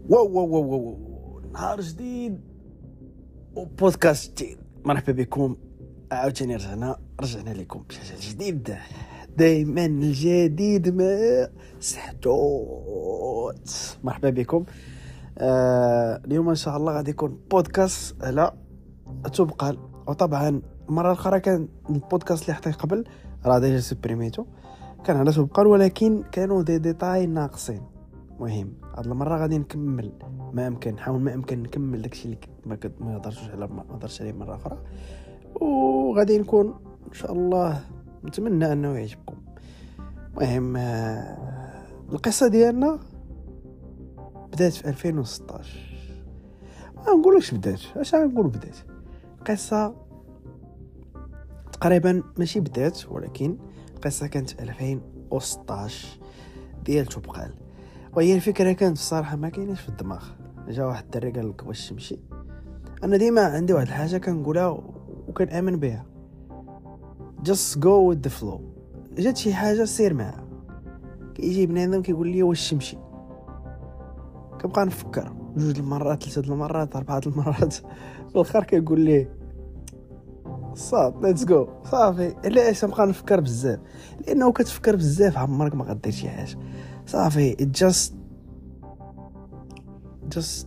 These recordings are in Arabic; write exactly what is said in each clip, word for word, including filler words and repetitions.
واو واو واو واو نهار جديد وبودكاست جديد. مرحبا بكم عاوتاني رجعنا رجعنا لكم بشيء جديد. دائما الجديد ما سحتوت. مرحبا بكم. آه اليوم ان شاء الله غادي يكون بودكاست على تبقال. وطبعا المره الاخرى كان البودكاست اللي حطيت قبل راه ديجا سوبريميتو كان على تبقال، ولكن كانوا دي ديتاي ناقصين. مهم هاد المره غادي نكمل ما امكن، نحاول ما امكن نكمل داكشي اللي ما ما هضرتش على ما هضرتش عليه مره اخرى، وغادي نكون ان شاء الله نتمنى انه يعجبكم. المهم القصه ديالنا بدات في ألفين وستطاش. ما نقولش بدات، اش غنقول بدات قصه تقريبا ماشي بدات، ولكن القصه كانت في ألفين وستطاش ديال تبقال. وهي الفكره كانت الصراحه ما كايناش في الدماغ. جا واحد الدري قال لك واش تمشي. انا ديما عندي واحد الحاجه كنقولها وكنامن بها، just go with the flow. جات شي حاجه سير معها. كيجي بنادم كيقول لي واش تمشي، كنبقى نفكر جوج المرات ثلاثه المرات اربعه المرات، في الاخر كيقول لي صافي ليتس جو. صافي علاش نبقى نفكر بزاف؟ لانه كتفكر بزاف عمرك ما غدير شي حاجه. صافي just just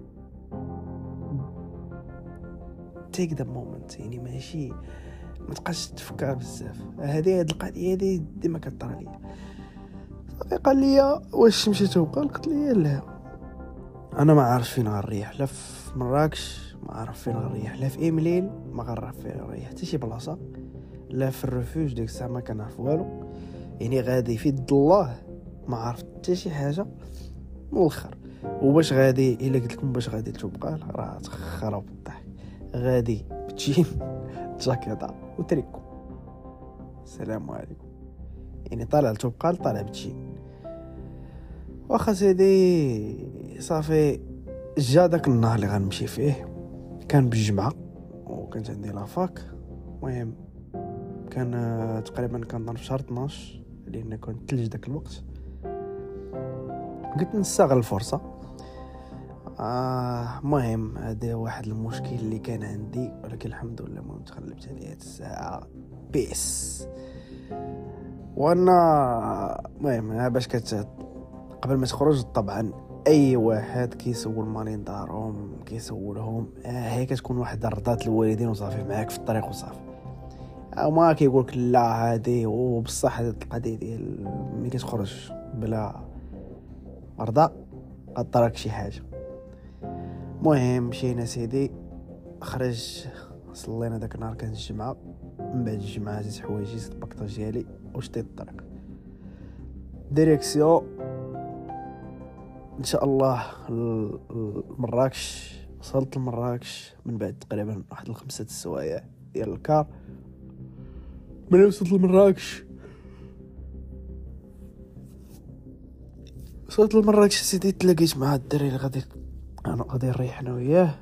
take the moment. يعني ماشي ما تبقاش تفكر بزاف. هذه هذه القضيه هذه ديما كطرا ليا. صافي قال لي واش مشيت تبقى؟ قلت لي لا، انا ما عارف فين غنريح، لا في مراكش ما عارف فين غنريح، لا في ايميليل ما غنعرف فين غنريح حتى شي بلاصه، لا في الرفوج ديك الساعه ما كنعرف والو. يعني غادي في يد الله، ما عرفت حتى شي حاجه من الاخر. وباش غادي الا قلت لكم باش غادي تبقى راه تخرب الضحك. غادي بتجين جاكيطه وتريكو، السلام عليكم. يعني طالع تبقى طالع بتجين. واخا سيدي صافي جا داك النهار اللي غنمشي فيه، كان بالجمعه وكانت عندي لافاك. المهم كان تقريبا كنظن في شهر اثناش لان كنت تلج داك الوقت. قلت نستغل الفرصه. آه مهم هذا واحد المشكل اللي كان عندي، ولكن الحمد لله ما تغلبت عليه هاد الساعه بيس. وانا مهم باش كت قبل ما تخرج طبعا اي واحد كيسول مالين دارهم كيسولهم آه هي كتكون واحد رضات الوالدين وصافي معاك في الطريق وصافي. او ما كيقولك لا هذه وبصح هذه القضيه ديال ملي كتخرج بلا رضا قطرك شي حاجه. مهم مشينا سيدي، خرج صلينا داك النهار كانت الجمعه. من بعد الجمعه زيد حوايجي زيد الباكطاج ديالي وشديت الطريق ديريكسيون ان شاء الله لمراكش. وصلت لمراكش من بعد تقريبا واحد الخمسة السوايع ديال الكار. ملي وصلت لمراكش وصلت لمراكش سيدي تلاقيت مع الدري اللي غادي انا غادي نريح انا وياه.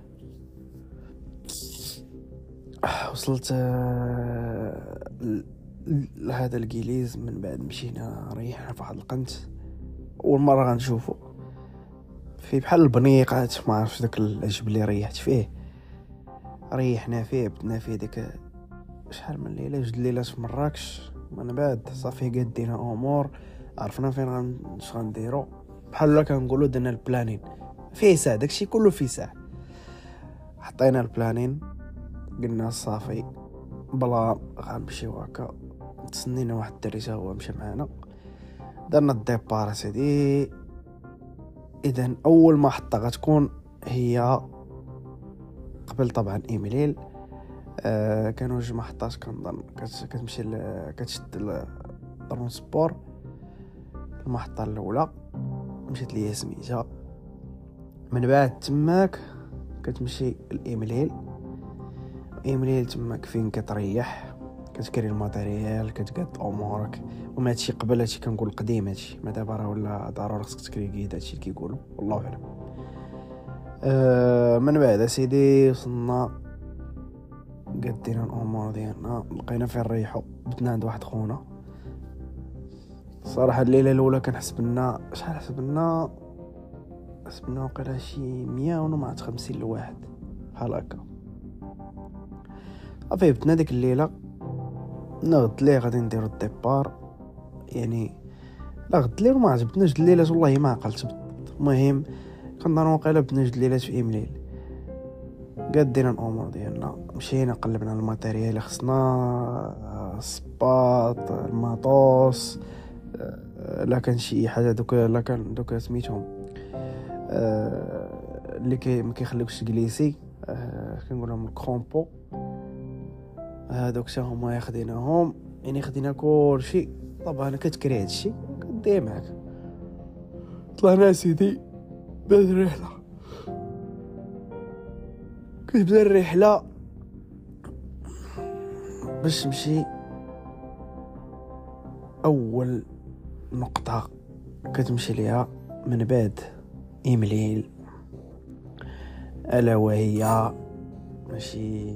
وصلت لهذا الكيليز، من بعد مشينا ريحنا في واحد القنت. اول مره غنشوفو في بحال البنيقات، ما عرفتش داك العجب اللي ريحت فيه. ريحنا فيه بدنا فيه ديك شحال من ليله جوج ليلات في مراكش. من بعد صافي قدينا امور، عرفنا فين غنش غنديرو، بحال ولا كنقولوا درنا البلانين فيه ساعه. داكشي كله فيه ساعه. حطينا البلانين قلنا صافي بلا غنمشيو هكا. تسنينا واحد الدري تا هو مشى معنا، درنا الديبار سيدي. اذا اول ما حطه غتكون هي قبل طبعا ايميليل. آه كانوا جوج محطات كنظن كتمشي كتشد الترونسبور. المحطه الاولى مشيت ليا سميتها، من بعد تماك كتمشي الايميليل. ايميليل تماك فين كتريح كتكري الماتيريال كتقاد امورك. وما هادشي قبل هادشي كنقول قديم، هادشي ما دابا راه ولا ضروري خصك تكري كيد، هادشي اللي كيقولوا والله اعلم. أه من بعد سيدي وصلنا قدينا الامور ديالنا، لقينا فين نريحو. بدنا عند واحد خونا. صراحه الليله الاولى كنحسب لنا شحال حسب لنا حسبنا وقيلا شي مية وما خمسين لواحد بحال هكا. صافي بتنا ديك الليله نغد ليه غادي نديرو الديبار، يعني لا غد ليه ما عجبتنا جوج الليلات والله ما عقلت بالضبط. المهم كنظن وقيلا بنا جوج الليلات في إمليل. قدينا الامور ديالنا، مشينا قلبنا الماتيريال اللي خصنا، السباط، الماطوس، لا كان شي حاجه دوك لا كان دوك سميتهم اللي كي ما كيخليوكش تجليسي، كنقول لهم الكرومبو، هذوك حتى هما ياخديناهم. يعني خدينا كلشي. طبعا انا كتكري هادشي كديه معاك. طلعنا سيدي بهاد الرحله، كتبدا الرحله باش تمشي. اول نقطه كتمشي ليها من بعد إمليل الا وهي ماشي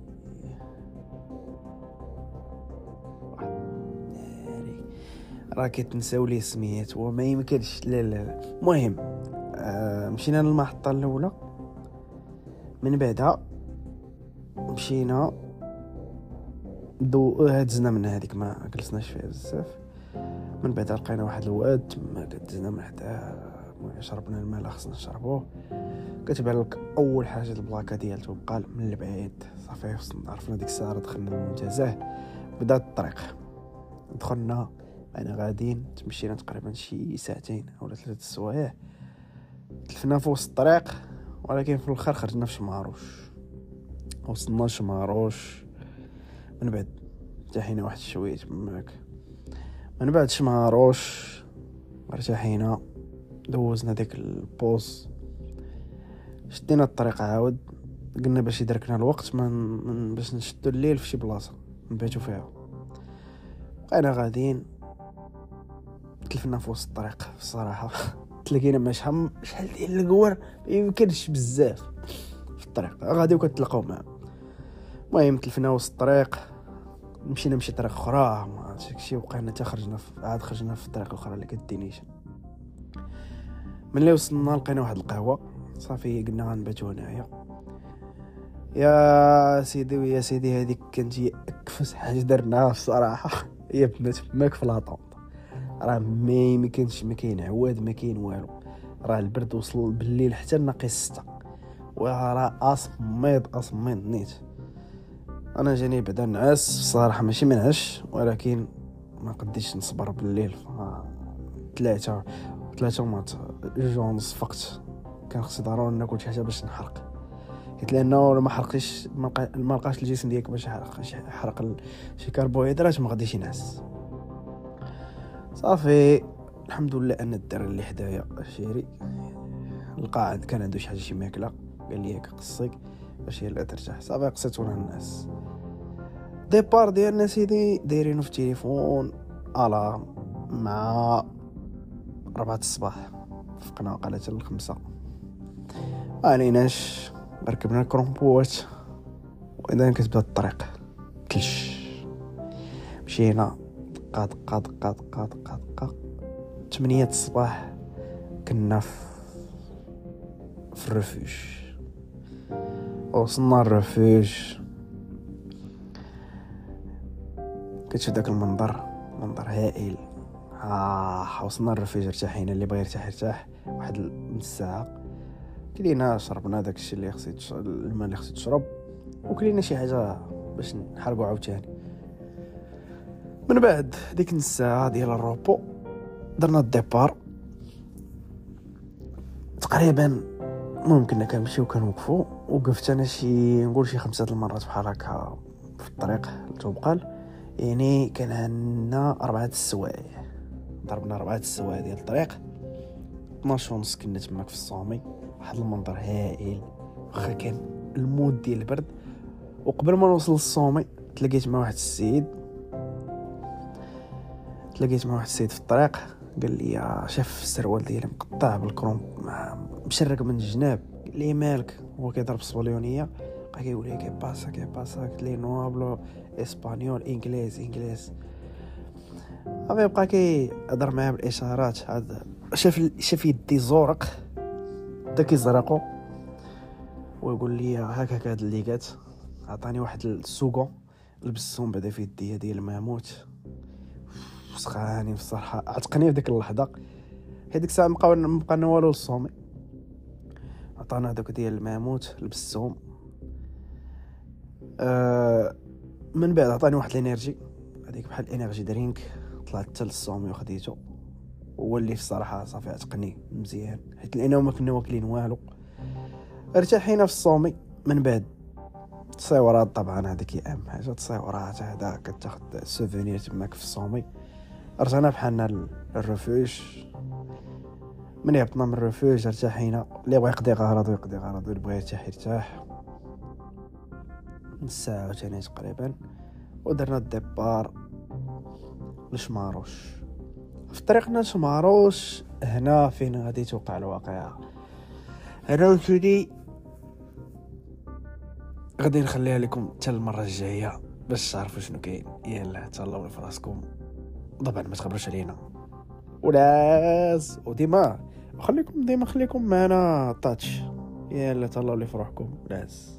راه كتنساو ليه سميات وما يمكنش. لا لا لا المهم آه مشينا للمحطه الاولى، من بعدها مشينا دو هزنا من هذيك ما جلسناش فيها بزاف. من بعد لقينا واحد الواد تما كدزنا من حداه، شربنا الماء اللي خصنا نشربوه. كتبان لك اول حاجه البلاكه ديالته بقى من البعيد. صافي عرفنا ديك الساعه دخلنا المنتزه، بدات الطريق. دخلنا انا غاديين تمشينا تقريبا شي ساعتين او ثلاثه سوايع، تلفنا في وسط الطريق، ولكن في الاخر خرجنا في شماروش. وصلنا شماروش، من بعد ارتاحينا واحد شويه تماك. من بعد شماروش ارتاحينا، دوزنا ديك البوز، شدينا الطريق عاود. قلنا باش يدركنا الوقت من باش نشدو الليل في شي بلاصه نباتو فيها. بقينا غاديين، تلفنا في وسط الطريق بصراحه. تلاقينا مع شحال شحال ديال القوار ما يمكنش بزاف في الطريق غادي وكتلقاو معاه. المهم تلفنا وسط الطريق، مشينا مشي طريق اخرى ما عرفتش داكشي، وقعنا حتى خرجنا في عاد خرجنا في الطريق الاخرى اللي كدينيش. ملي وصلنا لقينا واحد القهوه، صافي قلنا غنباتو هنايا. يا سيدي ويا سيدي هذيك كانت هي اكفس حاجه درناها الصراحه. هي بنات ماك في لاطونط، راه ما يمكنش، ما كاين عواد ما كاين والو. راه البرد وصل بالليل حتى ناقص ستة، وراه اصميد اصميد نيت. انا جاني بعدا نعاس الصراحه، ماشي منعش ولكن ما قديتش نصبر بالليل. ثلاثة ثلاثة ومات جوج ونص فقت، كان خصني ضروري ناكل شي حاجه باش نحرق، حيت لانه ما حرقتش ما لقاش الجسم ديالك باش يحرق يحرق شي كربوهيدرات، ما غاديش ينعس. صافي الحمد لله ان الدري اللي حدايا شيري القاعد كان عنده شي حاجه شي ماكله، قال لي هكا قصيك باش يلا ترتاح. صافي قصيت وانا الناس. ديبار ديالنا سيدي دايرينو في التليفون الا مع ربعة الصباح، فقنا قالت الخمسة ما عليناش. ركبنا الكرومبوات واذا كتبدا الطريق كلش. مشينا دقه دقه دقه دقه دقه دقه ثمانية الصباح كنا في في الرفوج. وصلنا الرفوج، كتشوف داك المنظر، منظر هائل. اه وصلنا الرفوج، ارتاحينا، اللي بغى يرتاح يرتاح واحد نص ساعه. كلينا شربنا داك الشيء اللي خصك تشرب، الماء اللي خصك تشرب، وكلينا شي حاجه باش نحرقوا عاوتاني. من بعد ديك نص ساعه ديال الروبو درنا الديبار تقريبا. ممكن كنمشيو كنوقفوا. وقفت انا شي نقول شي خمسة المرات بحال هكا في الطريق لتوبقال، يعني كان عندنا أربعة السوايع. ضربنا أربعة السوايع ديال الطريق. اثناش ونص كنا تماك في الصومي، واحد المنظر هائل. واخا كان المود ديال البرد. وقبل ما نوصل للصومي تلاقيت مع واحد السيد تلاقيت مع واحد السيد في الطريق، قال لي شاف السروال ديالي مقطع بالكروم مشرق من الجناب. قال لي مالك؟ هو كيضرب الصبليونيه، بقى كيقول لي كي باسا كي باسا. قلت لي نو هابلو اسبانيول انجليز انجليز. ابي بقى كيهضر معايا بالاشارات. هذا شاف شاف يدي زورق بدا كيزرقو ويقول لي هاك هاك هاد اللي قات. عطاني واحد السوقو لبستهم بعدا في يديا ديال الماموت، سخاني بصراحه، عتقني في ديك اللحظه. حيت ديك الساعه مبقاو مبقى والو للصومي. عطانا هذوك ديال الماموت لبستهم. أه من بعد عطاني واحد الانرجي، هذيك بحال انرجي درينك، طلعت حتى للصومي وخديته. هو اللي في الصراحه صافي عتقني مزيان، حيت لانهم ما كنا واكلين والو. ارتاحينا في الصومي. من بعد تصاورات، طبعا هذيك اهم حاجه، تصاورات. هذا كتاخذ سوفونير تماك في الصومي. رجعنا بحالنا للرفوج. من هبطنا من الرفوج ارتاحينا، اللي بغى يقضي غرضو يقضي غرضو، اللي بغى يرتاح يرتاح. نص ساعه ثاني تقريبا ودرنا الديبار لشماروش. في طريقنا لشماروش هنا فين غادي توقع الواقعه. انا وجودي غادي نخليها لكم حتى المره الجايه باش تعرفوا شنو كاين. يلا تهلاو في راسكم، طبعا ما تخبروش علينا ولاز، وديما خليكم ديما خليكم معنا طاتش. يلا تهلاو لي في روحكم ولاز.